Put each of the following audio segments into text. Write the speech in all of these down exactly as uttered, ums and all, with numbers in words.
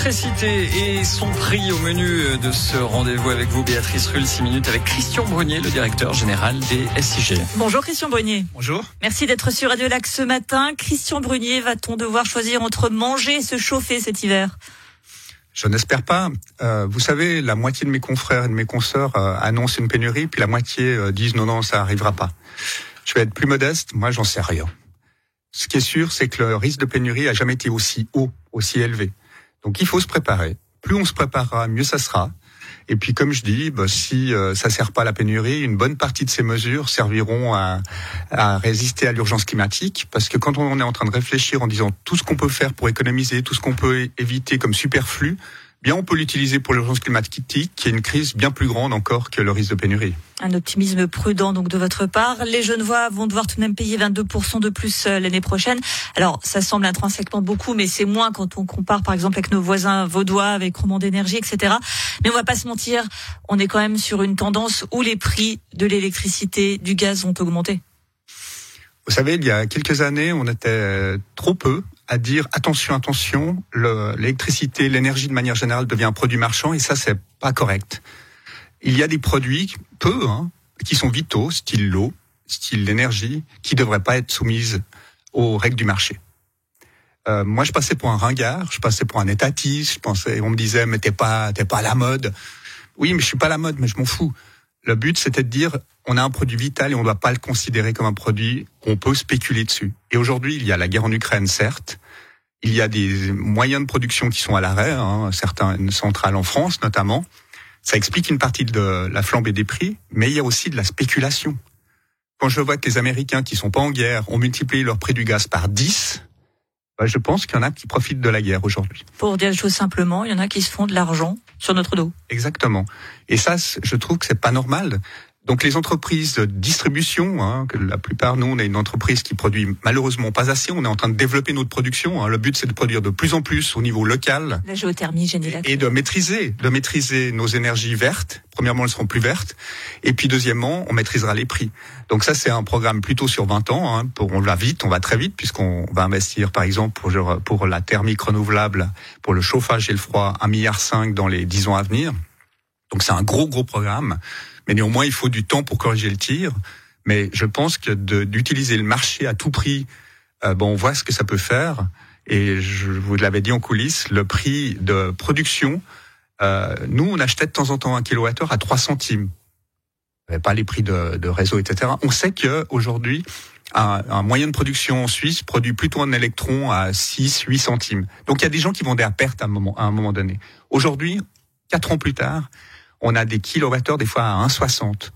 L'électricité et son prix au menu de ce rendez-vous avec vous, Béatrice Rulle, six minutes avec Christian Brunier, le directeur général des S I G. Bonjour Christian Brunier. Bonjour. Merci d'être sur Radio Lac ce matin. Christian Brunier, va-t-on devoir choisir entre manger et se chauffer cet hiver ? Je n'espère pas. Euh, vous savez, la moitié de mes confrères et de mes consoeurs euh, annoncent une pénurie, puis la moitié euh, disent non, non, ça arrivera pas. Je vais être plus modeste, moi j'en sais rien. Ce qui est sûr, c'est que le risque de pénurie a jamais été aussi haut, aussi élevé. Donc il faut se préparer. Plus on se préparera, mieux ça sera. Et puis comme je dis, bah, si euh, ça sert pas à la pénurie, une bonne partie de ces mesures serviront à, à résister à l'urgence climatique. Parce que quand on est en train de réfléchir en disant tout ce qu'on peut faire pour économiser, tout ce qu'on peut éviter comme superflu, bien on peut l'utiliser pour l'urgence climatique, qui est une crise bien plus grande encore que le risque de pénurie. Un optimisme prudent donc de votre part. Les Genevois vont devoir tout de même payer vingt-deux pour cent de plus l'année prochaine. Alors ça semble intrinsèquement beaucoup, mais c'est moins quand on compare par exemple avec nos voisins vaudois, avec Romand d'énergie, et cetera. Mais on va pas se mentir, on est quand même sur une tendance où les prix de l'électricité, du gaz ont augmenté. Vous savez, il y a quelques années, on était trop peu à dire attention, attention, le, l'électricité, l'énergie de manière générale devient un produit marchand et ça c'est pas correct. Il y a des produits, peu, hein, qui sont vitaux, style l'eau, style l'énergie, qui devraient pas être soumises aux règles du marché. Euh, moi je passais pour un ringard, je passais pour un étatiste, je pensais, on me disait mais t'es pas, t'es pas à la mode. Oui mais je suis pas à la mode, mais je m'en fous. Le but, c'était de dire, on a un produit vital et on ne doit pas le considérer comme un produit qu'on peut spéculer dessus. Et aujourd'hui, il y a la guerre en Ukraine, certes. Il y a des moyens de production qui sont à l'arrêt, hein, certaines centrales en France notamment. Ça explique une partie de la flambée des prix, mais il y a aussi de la spéculation. Quand je vois que les Américains qui sont pas en guerre ont multiplié leur prix du gaz par dix, bah, je pense qu'il y en a qui profitent de la guerre aujourd'hui. Pour dire les choses simplement, il y en a qui se font de l'argent sur notre dos. Exactement. Et ça, je trouve que c'est pas normal. Donc les entreprises de distribution, hein, que la plupart, nous, on est une entreprise qui produit malheureusement pas assez. On est en train de développer notre production. Hein. Le but, c'est de produire de plus en plus au niveau local. La géothermie, Génilac. Et de maîtriser, de maîtriser nos énergies vertes. Premièrement, elles seront plus vertes. Et puis deuxièmement, on maîtrisera les prix. Donc ça, c'est un programme plutôt sur vingt ans. Hein. Pour, on va vite, on va très vite, puisqu'on va investir, par exemple, pour, pour la thermique renouvelable, pour le chauffage et le froid, un virgule cinq milliard dans les dix ans à venir. Donc c'est un gros, gros programme. Mais néanmoins, il faut du temps pour corriger le tir. Mais je pense que de, d'utiliser le marché à tout prix, euh, bon, on voit ce que ça peut faire. Et je vous l'avais dit en coulisses, le prix de production, euh, nous, on achetait de temps en temps un kilowattheure à trois centimes. Il n'y avait pas les prix de, de réseau, et cetera. On sait qu'aujourd'hui, un, un moyen de production en Suisse produit plutôt un électron à six, huit centimes. Donc il y a des gens qui vendaient à perte à un moment, à un moment donné. Aujourd'hui, quatre ans plus tard, on a des kilowattheures des fois à un virgule soixante.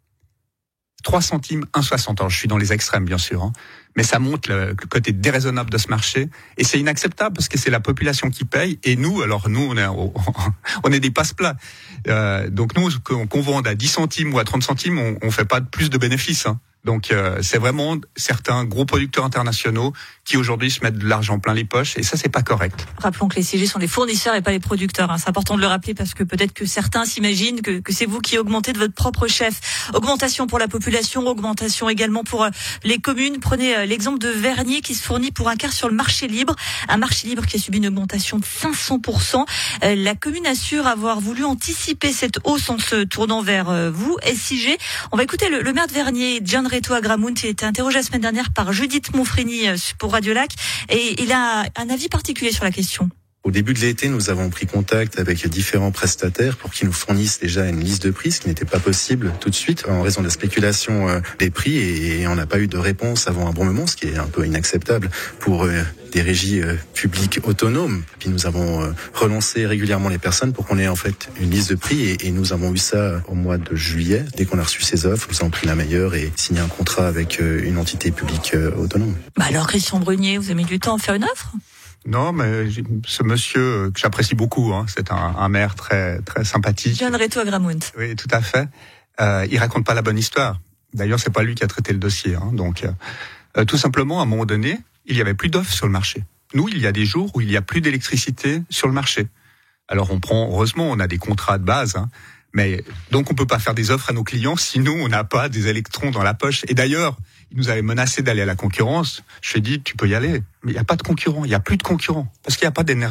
trois centimes, un virgule soixante. Alors, je suis dans les extrêmes, bien sûr, hein. Mais ça montre le, le côté déraisonnable de ce marché. Et c'est inacceptable parce que c'est la population qui paye. Et nous, alors nous, on est, on est des passe-plats. Euh, donc nous, qu'on, qu'on vende à dix centimes ou à trente centimes, on, on fait pas plus de bénéfices, hein. Donc euh, c'est vraiment certains gros producteurs internationaux qui aujourd'hui se mettent de l'argent plein les poches et ça c'est pas correct. Rappelons que les S I G sont les fournisseurs et pas les producteurs, hein. C'est important de le rappeler parce que peut-être que certains s'imaginent que, que c'est vous qui augmentez de votre propre chef. Augmentation pour la population, augmentation également pour euh, les communes. Prenez euh, l'exemple de Vernier qui se fournit pour un quart sur le marché libre, un marché libre qui a subi une augmentation de cinq cents pour cent. Euh, la commune assure avoir voulu anticiper cette hausse en se tournant vers euh, vous, S I G. On va écouter le, le maire de Vernier, Gian Reto Agramunt, qui a été interrogé la semaine dernière par Judith Monfrény pour Radio Lac et il a un avis particulier sur la question. Au début de l'été, nous avons pris contact avec différents prestataires pour qu'ils nous fournissent déjà une liste de prix, ce qui n'était pas possible tout de suite en raison de la spéculation des prix et on n'a pas eu de réponse avant un bon moment, ce qui est un peu inacceptable pour des régies publiques autonomes. Puis nous avons relancé régulièrement les personnes pour qu'on ait en fait une liste de prix et, et nous avons eu ça au mois de juillet. Dès qu'on a reçu ces offres, nous avons pris la meilleure et signé un contrat avec une entité publique autonome. Bah alors Christian Brunier, vous avez mis du temps à faire une offre ? Non, mais ce monsieur que j'apprécie beaucoup, hein, c'est un, un maire très très sympathique. Gian Reto Agramunt. Oui, tout à fait. Euh, il raconte pas la bonne histoire. D'ailleurs, c'est pas lui qui a traité le dossier. Hein, donc, euh, tout simplement, à un moment donné, il y avait plus d'offres sur le marché. Nous, il y a des jours où il y a plus d'électricité sur le marché. Alors, on prend, heureusement, on a des contrats de base, hein, mais donc on peut pas faire des offres à nos clients si nous on n'a pas des électrons dans la poche. Et d'ailleurs, il nous avait menacé d'aller à la concurrence. Je lui ai dit, tu peux y aller. Mais il n'y a pas de concurrent, il n'y a plus de concurrent, parce qu'il n'y a pas d'énergie.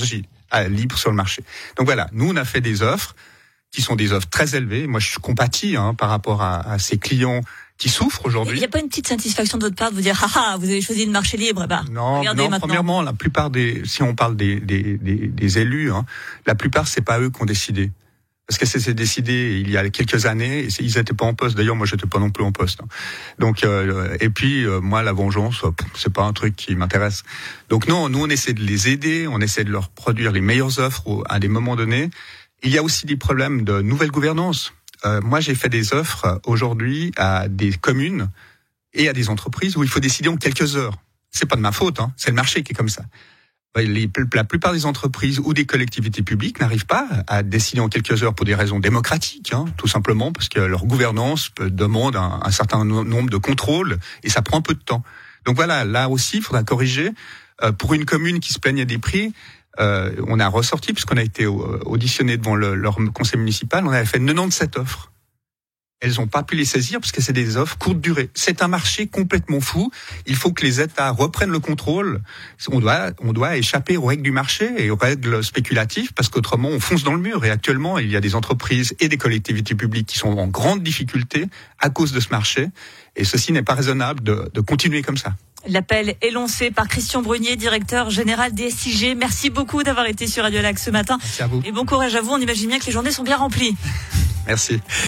à, libre sur le marché. Donc voilà, nous on a fait des offres qui sont des offres très élevées. Moi je compatis hein, par rapport à, à ces clients qui souffrent aujourd'hui. Il n'y a pas une petite satisfaction de votre part de vous dire, ah ah, vous avez choisi le marché libre, bah, non, regardez non, maintenant. Premièrement, la plupart des, si on parle des, des, des, des élus, hein, la plupart c'est pas eux qui ont décidé. Parce que c'est décidé il y a quelques années, et ils étaient pas en poste. D'ailleurs, moi, j'étais pas non plus en poste. Hein. Donc, euh, et puis, euh, moi, la vengeance, c'est pas un truc qui m'intéresse. Donc non, nous, on essaie de les aider, on essaie de leur produire les meilleures offres à des moments donnés. Il y a aussi des problèmes de nouvelle gouvernance. Euh, moi, j'ai fait des offres aujourd'hui à des communes et à des entreprises où il faut décider en quelques heures. C'est pas de ma faute, hein, c'est le marché qui est comme ça. Les, la plupart des entreprises ou des collectivités publiques n'arrivent pas à décider en quelques heures pour des raisons démocratiques, hein, tout simplement parce que leur gouvernance demande un, un certain nombre de contrôles et ça prend un peu de temps. Donc voilà, là aussi, il faudra corriger. Euh, pour une commune qui se plaignait des prix, euh, on a ressorti, puisqu'on a été auditionné devant le, leur conseil municipal, on avait fait quatre-vingt-dix-sept offres. Elles n'ont pas pu les saisir parce que c'est des offres courte durée. C'est un marché complètement fou. Il faut que les États reprennent le contrôle. On doit, on doit échapper aux règles du marché et aux règles spéculatives parce qu'autrement on fonce dans le mur. Et actuellement, il y a des entreprises et des collectivités publiques qui sont en grande difficulté à cause de ce marché. Et ceci n'est pas raisonnable de, de continuer comme ça. L'appel est lancé par Christian Brunier, directeur général des S I G. Merci beaucoup d'avoir été sur Radio Lac ce matin. Merci à vous. Et bon courage à vous. On imagine bien que les journées sont bien remplies. Merci.